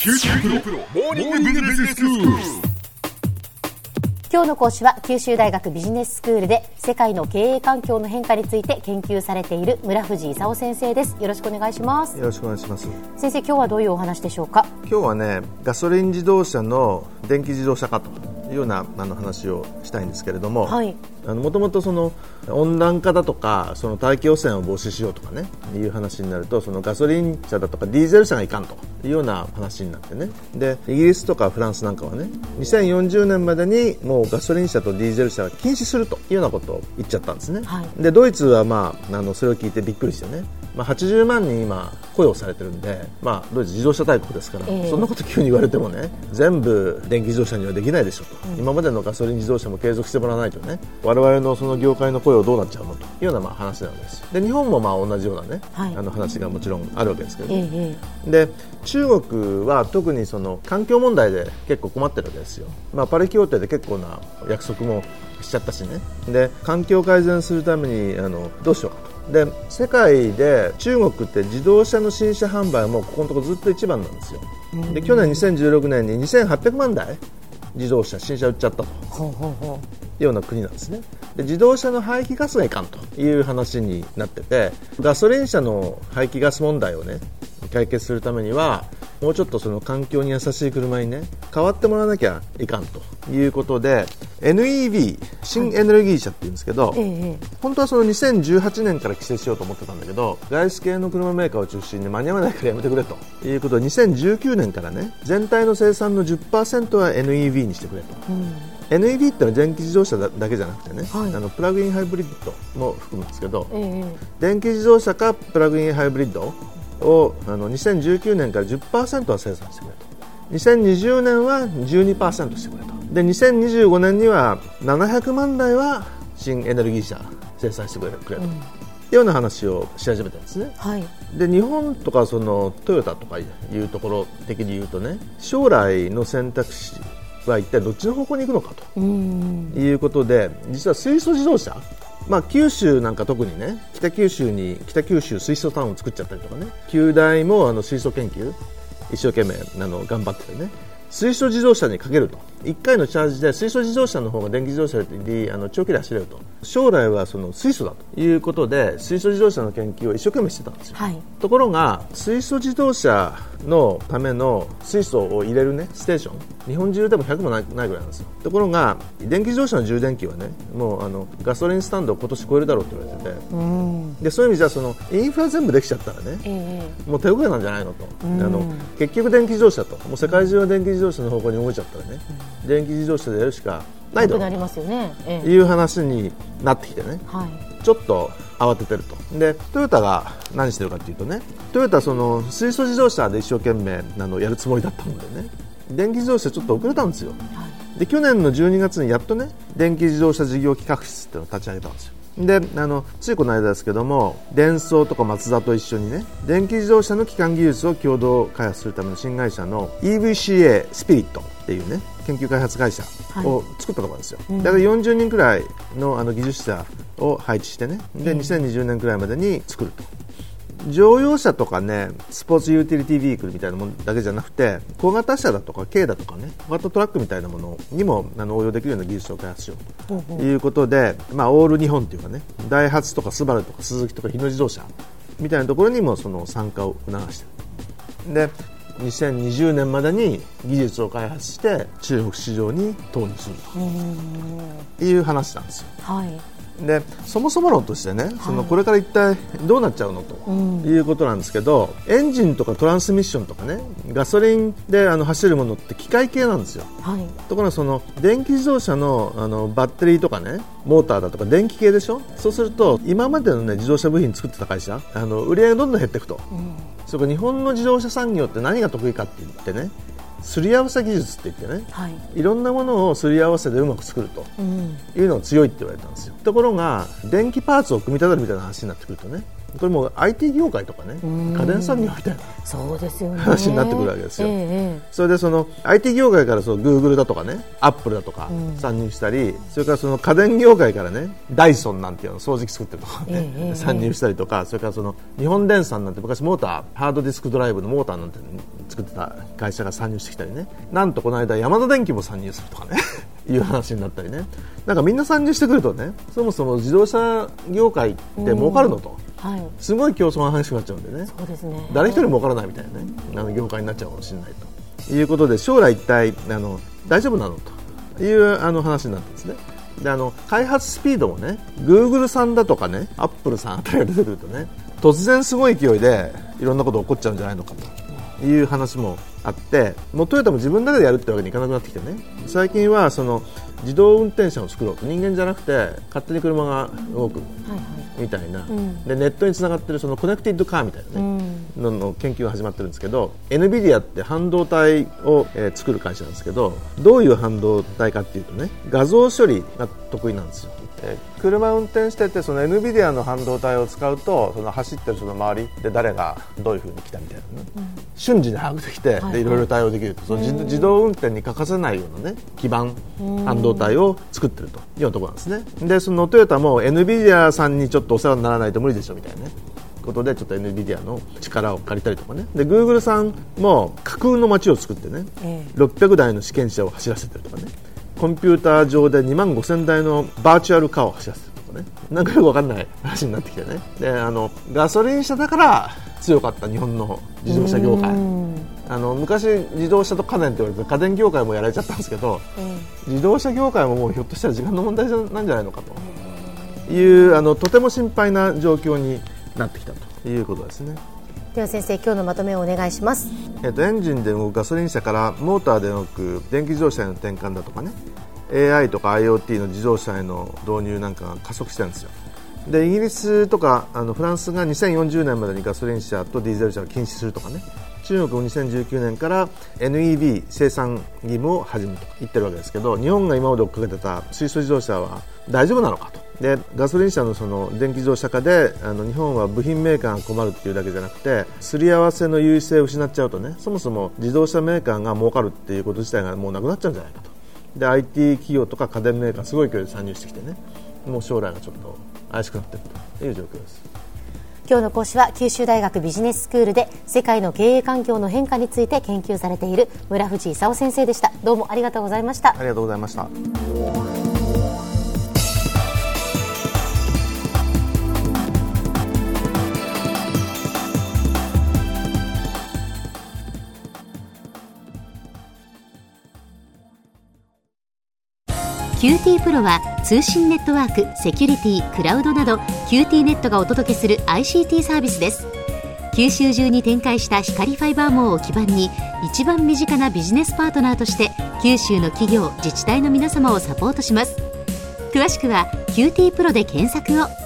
九州大学モーニングビジネススクール。 今日の講師は九州大学ビジネススクールで世界の経営環境の変化について研究されている村藤勲先生です。よろしくお願いします。 よろしくお願いします。 先生、今日はどういうお話でしょうか？ 今日はね、ガソリン自動車の電気自動車化というような話をしたいんですけれども、もともとその温暖化だとかその大気汚染を防止しようとかねいう話になると、そのガソリン車だとかディーゼル車がいかんというような話になってね、でイギリスとかフランスなんかはね、2040年までにもうガソリン車とディーゼル車は禁止するというようなことを言っちゃったんですね。でドイツはそれを聞いてびっくりしてね、80万人今雇用されてるんで、ドイツ自動車大国ですから、そんなこと急に言われてもね、全部電気自動車にはできないでしょと、今までのガソリン自動車も継続してもらわないとね、我々のその業界の雇用どうなっちゃうのというような話なんです。で日本も同じようなね、話がもちろんあるわけですけど、で中国は特にその環境問題で結構困ってるわけですよ。パリ協定で結構な約束もしちゃったしね。で環境改善するためにどうしようかと。で世界で中国って自動車の新車販売もここのところずっと一番なんですよ。で去年2016年に2800万台自動車新車売っちゃったというような国なんですね。で自動車の排気ガスがいかんという話になってて、ガソリン車の排気ガス問題をね解決するためにはもうちょっとその環境に優しい車にね変わってもらわなきゃいかんということで、 NEV 新エネルギー車って言うんですけど、本当はその2018年から規制しようと思ってたんだけど、外資系の車メーカーを中心に間に合わないからやめてくれということで、2019年からね全体の生産の 10% は NEV にしてくれと。NEV ってのは電気自動車だけじゃなくてね、プラグインハイブリッドも含むんですけど、電気自動車かプラグインハイブリッドを2019年から 10% は生産してくれと。2020年は 12% してくれと。で2025年には700万台は新エネルギー車生産してくれというような話をし始めたんですね。で日本とかそのトヨタとかいうところ的に言うとね、将来の選択肢は一体どっちの方向に行くのかということで、実は水素自動車、九州なんか特にね、北九州水素タウンを作っちゃったりとかね、九大も水素研究一生懸命頑張っててね、水素自動車にかけると。1回のチャージで水素自動車の方が電気自動車より長距離走れると。将来はその水素だということで水素自動車の研究を一生懸命してたんですよ。ところが水素自動車のための水素を入れるねステーション、日本中でも100もないぐらいなんですよ。ところが電気自動車の充電器はね、もうガソリンスタンドを今年超えるだろうと言われてて、でそういう意味じゃそのインフラ全部できちゃったらね、もう手遅れなんじゃないのと。結局電気自動車と、もう世界中は電気自動車の方向に動いちゃったらね、電気自動車でやるしかないという話になってきてね、ちょっと慌ててると。でトヨタが何してるかというとね、トヨタはその水素自動車で一生懸命やるつもりだったのでね、電気自動車ちょっと遅れたんですよ。で去年の12月にやっとね電気自動車事業企画室っていうのを立ち上げたんですよ。でついこの間ですけども、デンソーとかマツダと一緒にね電気自動車の基幹技術を共同開発するための新会社の EVCA スピリットっていうね研究開発会社を作ったところですよ。だから40人くらいの技術者を配置してね、で2020年くらいまでに作ると。乗用車とかね、スポーツユーティリティビークルみたいなものだけじゃなくて、小型車だとか軽だとかね、小型トラックみたいなものにも応用できるような技術を開発しようということで、オール日本というかね、ダイハツとかスバルとかスズキとか日野自動車みたいなところにもその参加を促している。で2020年までに技術を開発して中国市場に投入するという話なんですよ。でそもそも論としてね、これから一体どうなっちゃうのということなんですけど、エンジンとかトランスミッションとかね、ガソリンで走るものって機械系なんですよ。ところがその電気自動車のバッテリーとかね、モーターだとか電気系でしょ。そうすると今までの自動車部品作ってた会社売り上げがどんどん減っていくと。それから日本の自動車産業って何が得意かって言ってね、すり合わせ技術って言ってね、いろんなものをすり合わせでうまく作るというのが強いって言われたんですよ。ところが電気パーツを組み立てるみたいな話になってくるとね、 これも IT 業界とかね、家電産業みたいなそうですよね、 話になってくるわけですよ。それでその IT 業界からその Google だとかね、Apple だとか参入したり、それからその家電業界からね、ダイソンなんていうの掃除機作ってるとかね、参入したりとか、それからその日本電産なんて昔モーター、ハードディスクドライブのモーターなんて作ってた会社が参入してきたりね、なんとこの間ヤマダ電機も参入するとかねいう話になったりね、なんかみんな参入してくるとね、そもそも自動車業界って儲かるのと、すごい競争が激しくなっちゃうんでね、 そうですね、 誰一人儲からないみたいなね、業界になっちゃうかもしれないということで、将来一体大丈夫なのという話になってですね。で開発スピードもね、 Google さんだとかね、 Apple さんあたりが出てくるとね、突然すごい勢いでいろんなこと起こっちゃうんじゃないのかという話もあって、もうトヨタも自分だけでやるってわけにいかなくなってきてね、最近はその自動運転車を作ろうと、人間じゃなくて勝手に車が動くみたいな、でネットにつながってるそのコネクティッドカーみたいなね、の研究が始まってるんですけど、 NVIDIA って半導体を、作る会社なんですけど、どういう半導体かっていうとね、画像処理が得意なんですよ。車運転してて、その NVIDIA の半導体を使うと、その走ってるその周りで誰がどういう風に来たみたいなね、瞬時に把握できて、でいろいろ対応できると、その自動運転に欠かせないようなね、基盤半導体を作ってるというようなところなんですね。でそのトヨタも NVIDIA さんにちょっとお世話にならないと無理でしょみたいなねことで、ちょっと NVIDIA の力を借りたりとかね、で Google さんも架空の街を作ってね、600台の試験車を走らせてるとかね、コンピューター上で2万5000台のバーチャルカーを走らせてるとかね、なんかよく分かんない話になってきてね、でガソリン車だから強かった日本の自動車業界、昔自動車と家電って言われて家電業界もやられちゃったんですけど、自動車業界ももうひょっとしたら時間の問題なんじゃないのかというとても心配な状況になってきたということですね。 では先生、今日のまとめをお願いします。 エンジンで動くガソリン車からモーターで動く電気自動車への転換だとかね、 AI とか IoT の自動車への導入なんかが加速してるんですよ。でイギリスとかフランスが2040年までにガソリン車とディーゼル車を禁止するとかね、中国も2019年から NEV 生産義務を始めると言ってるわけですけど、日本が今まで追っかけてた水素自動車は大丈夫なのかと。でガソリン車のその電気自動車化で日本は部品メーカーが困るっていうだけじゃなくて、すり合わせの優位性を失っちゃうとね、そもそも自動車メーカーが儲かるっていうこと自体がもうなくなっちゃうんじゃないかと。で IT 企業とか家電メーカーすごい勢いで参入してきてね、もう将来がちょっと怪しくなっているという状況です。 今日の講師は九州大学ビジネススクールで世界の経営環境の変化について研究されている村藤勲先生でした。どうもありがとうございました。 ありがとうございました。 QT プロは通信ネットワーク、セキュリティ、クラウドなど QT ネットがお届けする ICT サービスです。九州中に展開した光ファイバー網を基盤に、一番身近なビジネスパートナーとして九州の企業、自治体の皆様をサポートします。詳しくは QT プロで検索を。